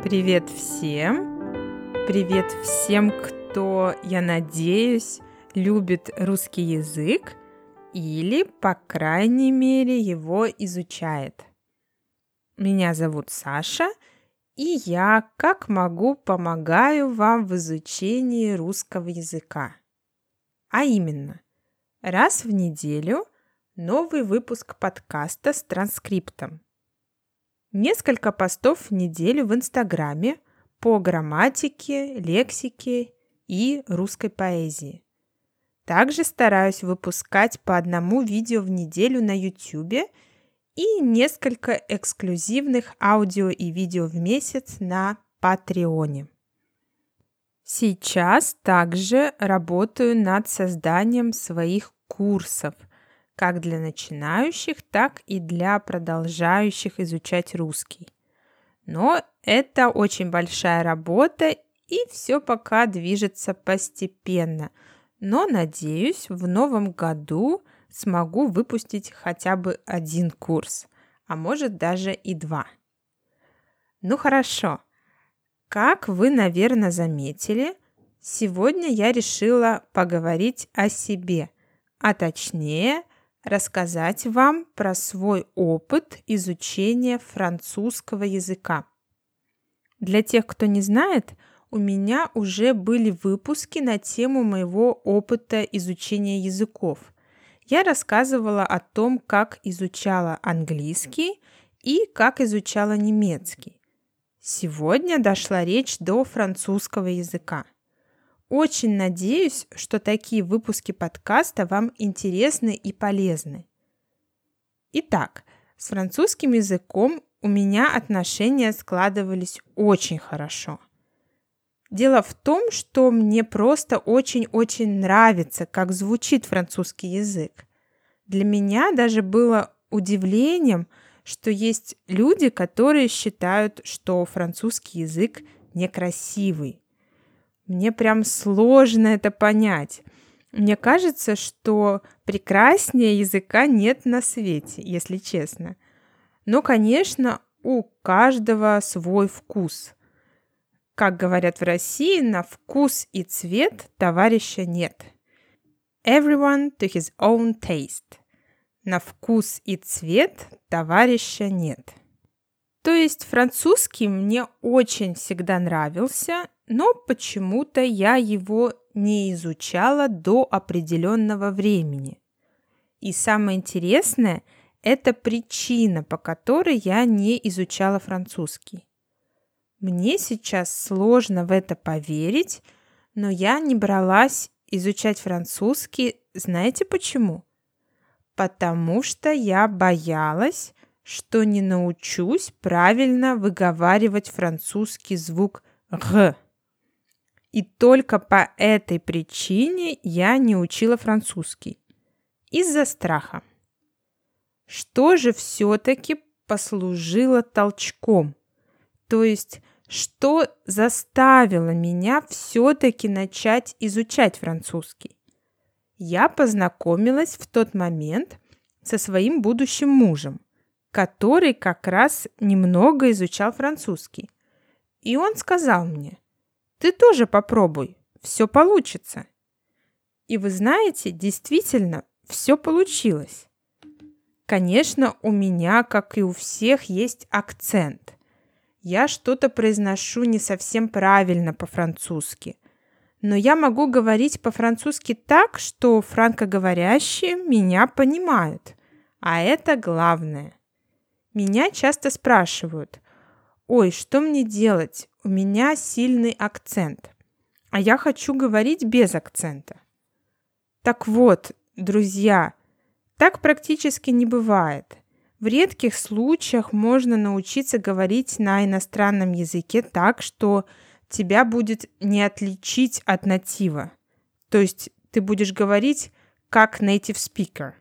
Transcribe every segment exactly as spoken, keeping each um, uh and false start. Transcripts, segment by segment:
Привет всем! Привет всем, кто, я надеюсь, любит русский язык или, по крайней мере, его изучает. Меня зовут Саша, и я, как могу, помогаю вам в изучении русского языка. А именно, раз в неделю новый выпуск подкаста с транскриптом. Несколько постов в неделю в Инстаграме по грамматике, лексике и русской поэзии. Также стараюсь выпускать по одному видео в неделю на Ютубе и несколько эксклюзивных аудио и видео в месяц на Патреоне. Сейчас также работаю над созданием своих курсов, как для начинающих, так и для продолжающих изучать русский. Но это очень большая работа, и все пока движется постепенно. Но, надеюсь, в новом году смогу выпустить хотя бы один курс, а может даже и два. Ну хорошо. Как вы, наверное, заметили, сегодня я решила поговорить о себе, а точнее рассказать вам про свой опыт изучения французского языка. Для тех, кто не знает, у меня уже были выпуски на тему моего опыта изучения языков. Я рассказывала о том, как изучала английский и как изучала немецкий. Сегодня дошла речь до французского языка. Очень надеюсь, что такие выпуски подкаста вам интересны и полезны. Итак, с французским языком у меня отношения складывались очень хорошо. Дело в том, что мне просто очень-очень нравится, как звучит французский язык. Для меня даже было удивлением, что есть люди, которые считают, что французский язык некрасивый. Мне прям сложно это понять. Мне кажется, что прекраснее языка нет на свете, если честно. Но, конечно, у каждого свой вкус. Как говорят в России, на вкус и цвет товарища нет. Everyone to his own taste. На вкус и цвет товарища нет. То есть французский мне очень всегда нравился, но почему-то я его не изучала до определенного времени. И самое интересное – это причина, по которой я не изучала французский. Мне сейчас сложно в это поверить, но я не бралась изучать французский, знаете почему? Потому что я боялась, что не научусь правильно выговаривать французский звук «р». И только по этой причине я не учила французский. Из-за страха. Что же все-таки послужило толчком? То есть, что заставило меня все-таки начать изучать французский? Я познакомилась в тот момент со своим будущим мужем, который как раз немного изучал французский. И он сказал мне: «Ты тоже попробуй, все получится». И вы знаете, действительно, все получилось. Конечно, у меня, как и у всех, есть акцент. Я что-то произношу не совсем правильно по-французски. Но я могу говорить по-французски так, что франкоговорящие меня понимают. А это главное. Меня часто спрашивают: «Ой, что мне делать? У меня сильный акцент, а я хочу говорить без акцента». Так вот, друзья, так практически не бывает. В редких случаях можно научиться говорить на иностранном языке так, что тебя будет не отличить от натива. То есть ты будешь говорить как native speaker.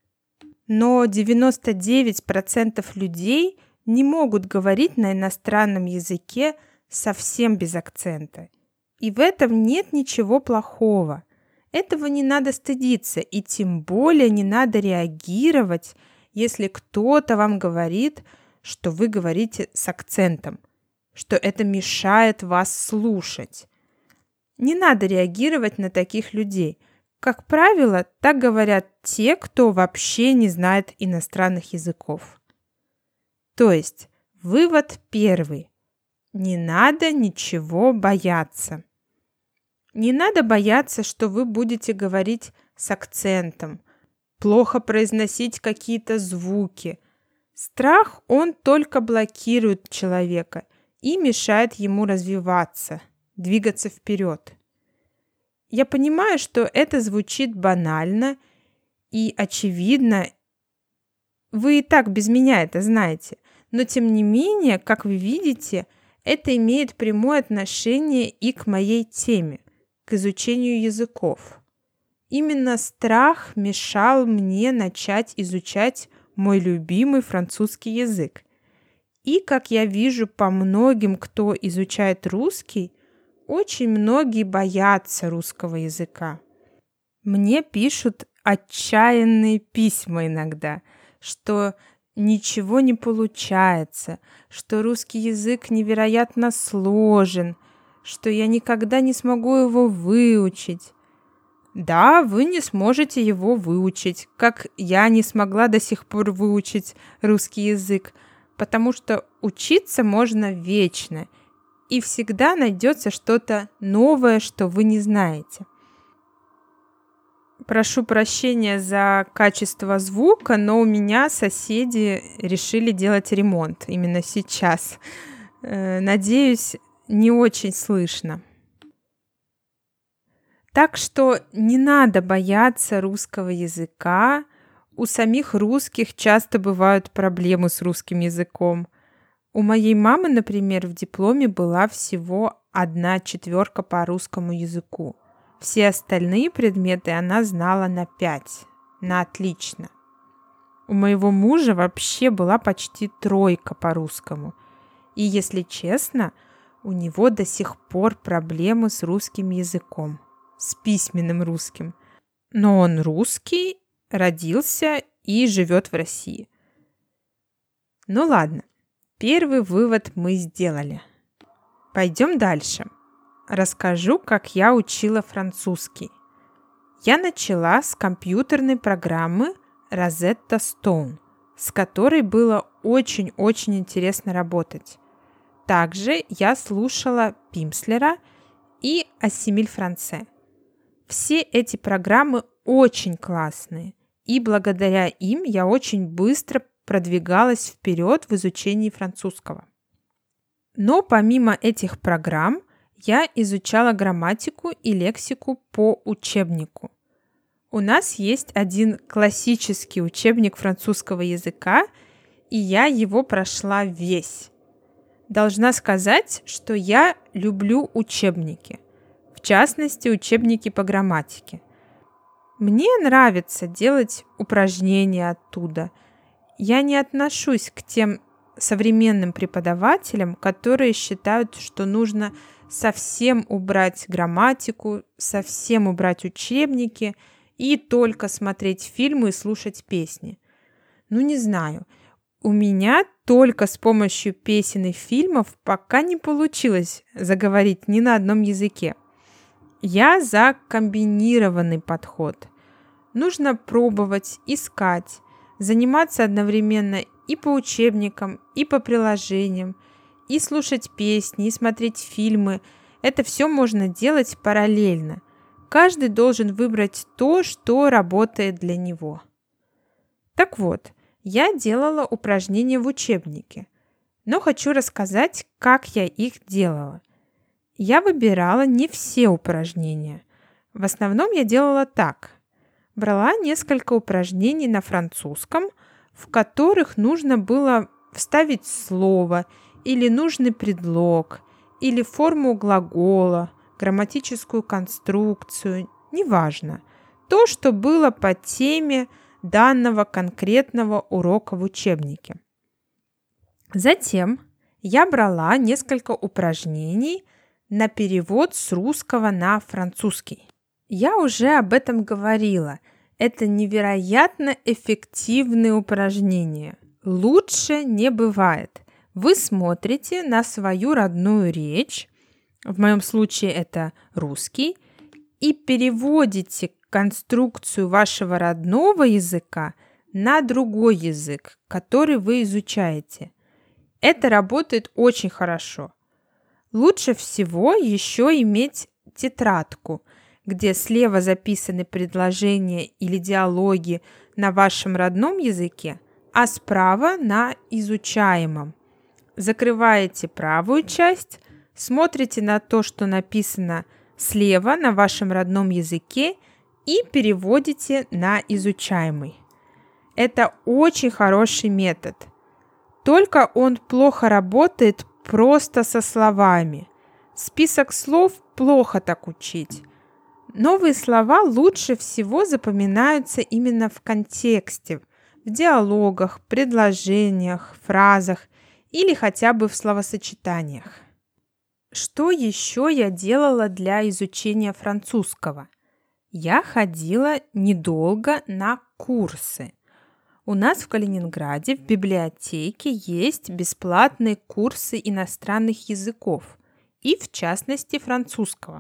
Но девяносто девять процентов людей не могут говорить на иностранном языке совсем без акцента. И в этом нет ничего плохого. Этого не надо стыдиться, и тем более не надо реагировать, если кто-то вам говорит, что вы говорите с акцентом. что это мешает вас слушать. Не надо реагировать на таких людей. Как правило, так говорят те, кто вообще не знает иностранных языков. То есть, вывод первый. Не надо ничего бояться. Не надо бояться, что вы будете говорить с акцентом, плохо произносить какие-то звуки. Страх, он только блокирует человека и мешает ему развиваться, двигаться вперед. Я понимаю, что это звучит банально и очевидно. Вы и так без меня это знаете. Но тем не менее, как вы видите, это имеет прямое отношение и к моей теме, к изучению языков. Именно страх мешал мне начать изучать мой любимый французский язык. И, как я вижу по многим, кто изучает русский, очень многие боятся русского языка. Мне пишут отчаянные письма иногда, что ничего не получается, что русский язык невероятно сложен, что я никогда не смогу его выучить. Да, вы не сможете его выучить, как я не смогла до сих пор выучить русский язык, потому что учиться можно вечно, и всегда найдется что-то новое, что вы не знаете. Прошу прощения за качество звука, но у меня соседи решили делать ремонт именно сейчас. Надеюсь, не очень слышно. Так что не надо бояться русского языка. У самих русских часто бывают проблемы с русским языком. У моей мамы, например, в дипломе была всего одна четверка по русскому языку. Все остальные предметы она знала на пять, на отлично. У моего мужа вообще была почти тройка по русскому. И, если честно, у него до сих пор проблемы с русским языком, с письменным русским. Но он русский, родился и живет в России. Ну ладно, первый вывод мы сделали. Пойдем дальше. Расскажу, как я учила французский. Я начала с компьютерной программы Rosetta Stone, с которой было очень-очень интересно работать. Также я слушала Пимслера и Асимиль Франце. Все эти программы очень классные, и благодаря им я очень быстро продвигалась вперед в изучении французского. Но помимо этих программ, я изучала грамматику и лексику по учебнику. У нас есть один классический учебник французского языка, и я его прошла весь. Должна сказать, что я люблю учебники, в частности, учебники по грамматике. Мне нравится делать упражнения оттуда. Я не отношусь к тем современным преподавателям, которые считают, что нужно совсем убрать грамматику, совсем убрать учебники и только смотреть фильмы и слушать песни. Ну, не знаю. У меня только с помощью песен и фильмов пока не получилось заговорить ни на одном языке. Я за комбинированный подход. Нужно пробовать, искать, заниматься одновременно и по учебникам, и по приложениям, и слушать песни, и смотреть фильмы. Это все можно делать параллельно. Каждый должен выбрать то, что работает для него. Так вот, я делала упражнения в учебнике, но хочу рассказать, как я их делала. Я выбирала не все упражнения. В основном я делала так. Брала несколько упражнений на французском, в которых нужно было вставить слово или нужный предлог, или форму глагола, грамматическую конструкцию, неважно. То, что было по теме данного конкретного урока в учебнике. Затем я брала несколько упражнений на перевод с русского на французский. Я уже об этом говорила. Это невероятно эффективные упражнения. Лучше не бывает. Вы смотрите на свою родную речь, в моем случае это русский, и переводите конструкцию вашего родного языка на другой язык, который вы изучаете. Это работает очень хорошо. Лучше всего еще иметь тетрадку, где слева записаны предложения или диалоги на вашем родном языке, а справа на изучаемом. Закрываете правую часть, смотрите на то, что написано слева на вашем родном языке и переводите на изучаемый. Это очень хороший метод. Только он плохо работает просто со словами. Список слов плохо так учить. Новые слова лучше всего запоминаются именно в контексте, в диалогах, предложениях, фразах или хотя бы в словосочетаниях. Что еще я делала для изучения французского? Я ходила недолго на курсы. У нас в Калининграде в библиотеке есть бесплатные курсы иностранных языков и, в частности, французского.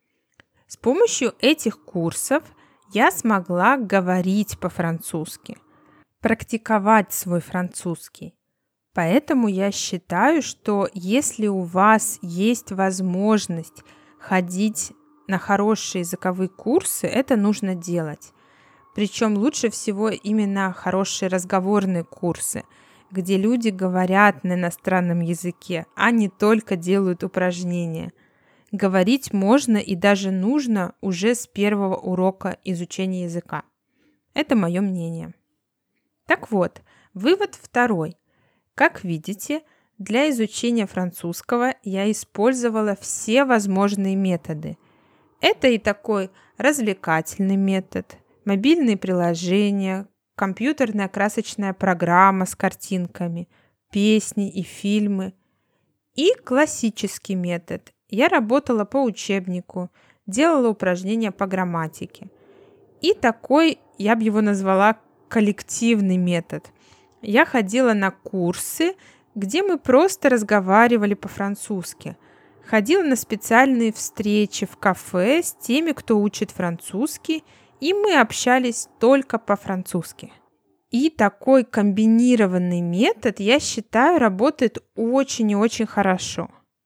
С помощью этих курсов я смогла говорить по-французски, практиковать свой французский. Поэтому я считаю, что если у вас есть возможность ходить на хорошие языковые курсы, это нужно делать. Причем лучше всего именно хорошие разговорные курсы, где люди говорят на иностранном языке, а не только делают упражнения. Говорить можно и даже нужно уже с первого урока изучения языка. Это мое мнение. Так вот, вывод второй. Как видите, для изучения французского я использовала все возможные методы. Это и такой развлекательный метод, мобильные приложения, компьютерная красочная программа с картинками, песни и фильмы. И классический метод. Я работала по учебнику, делала упражнения по грамматике. И такой, я бы его назвала, коллективный метод. Я ходила на курсы, где мы просто разговаривали по-французски. Ходила на специальные встречи в кафе с теми, кто учит французский, и мы общались только по-французски. И такой комбинированный метод, я считаю, работает очень и очень хорошо.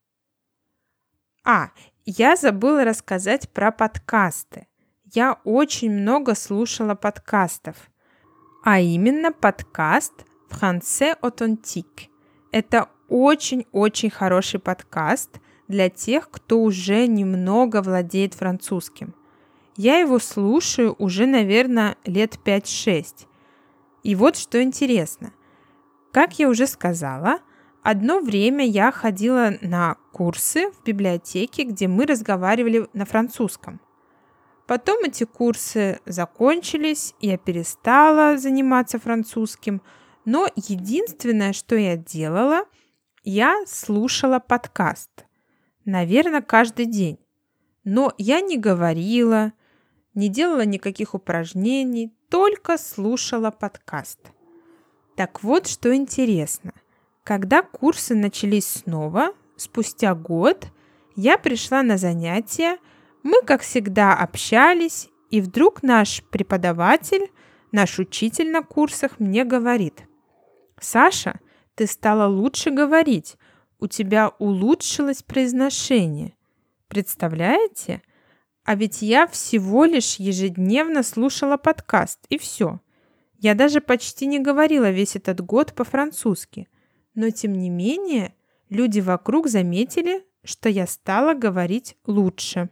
А, я забыла рассказать про подкасты. Я очень много слушала подкастов. А именно подкаст «Français authentique». Это очень-очень хороший подкаст для тех, кто уже немного владеет французским. Я его слушаю уже, наверное, лет пять-шесть. И вот что интересно. Как я уже сказала, одно время я ходила на курсы в библиотеке, где мы разговаривали на французском. Потом эти курсы закончились, я перестала заниматься французским, но единственное, что я делала, я слушала подкаст, наверное, каждый день. Но я не говорила, не делала никаких упражнений, только слушала подкаст. Так вот, что интересно. Когда курсы начались снова, спустя год, я пришла на занятия. Мы, как всегда, общались, и вдруг наш преподаватель, наш учитель на курсах мне говорит: «Саша, ты стала лучше говорить, у тебя улучшилось произношение». Представляете? А ведь я всего лишь ежедневно слушала подкаст, и все. Я даже почти не говорила весь этот год по-французски. Но, тем не менее, люди вокруг заметили, что я стала говорить лучше.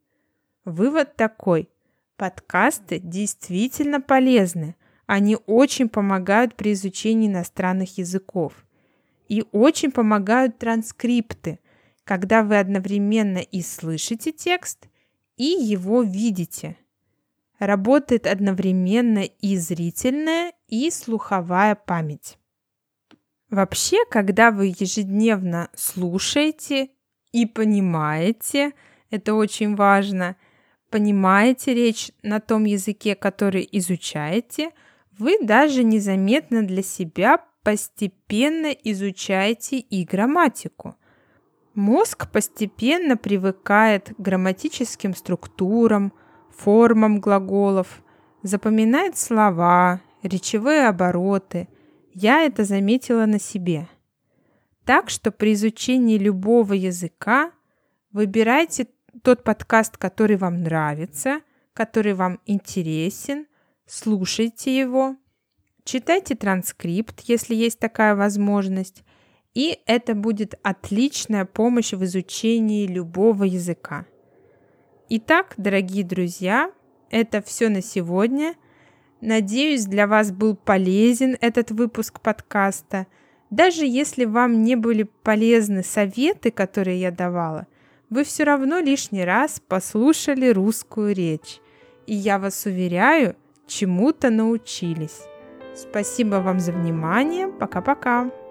Вывод такой. Подкасты действительно полезны. Они очень помогают при изучении иностранных языков. И очень помогают транскрипты, когда вы одновременно и слышите текст, и его видите. Работает одновременно и зрительная, и слуховая память. Вообще, когда вы ежедневно слушаете и понимаете, это очень важно, понимаете речь на том языке, который изучаете, вы даже незаметно для себя постепенно изучайте и грамматику. Мозг постепенно привыкает к грамматическим структурам, формам глаголов, запоминает слова, речевые обороты. Я это заметила на себе. Так что при изучении любого языка выбирайте тот подкаст, который вам нравится, который вам интересен, слушайте его, читайте транскрипт, если есть такая возможность, и это будет отличная помощь в изучении любого языка. Итак, дорогие друзья, это все на сегодня. Надеюсь, для вас был полезен этот выпуск подкаста. Даже если вам не были полезны советы, которые я давала, вы все равно лишний раз послушали русскую речь. И я вас уверяю, чему-то научились. Спасибо вам за внимание. Пока-пока.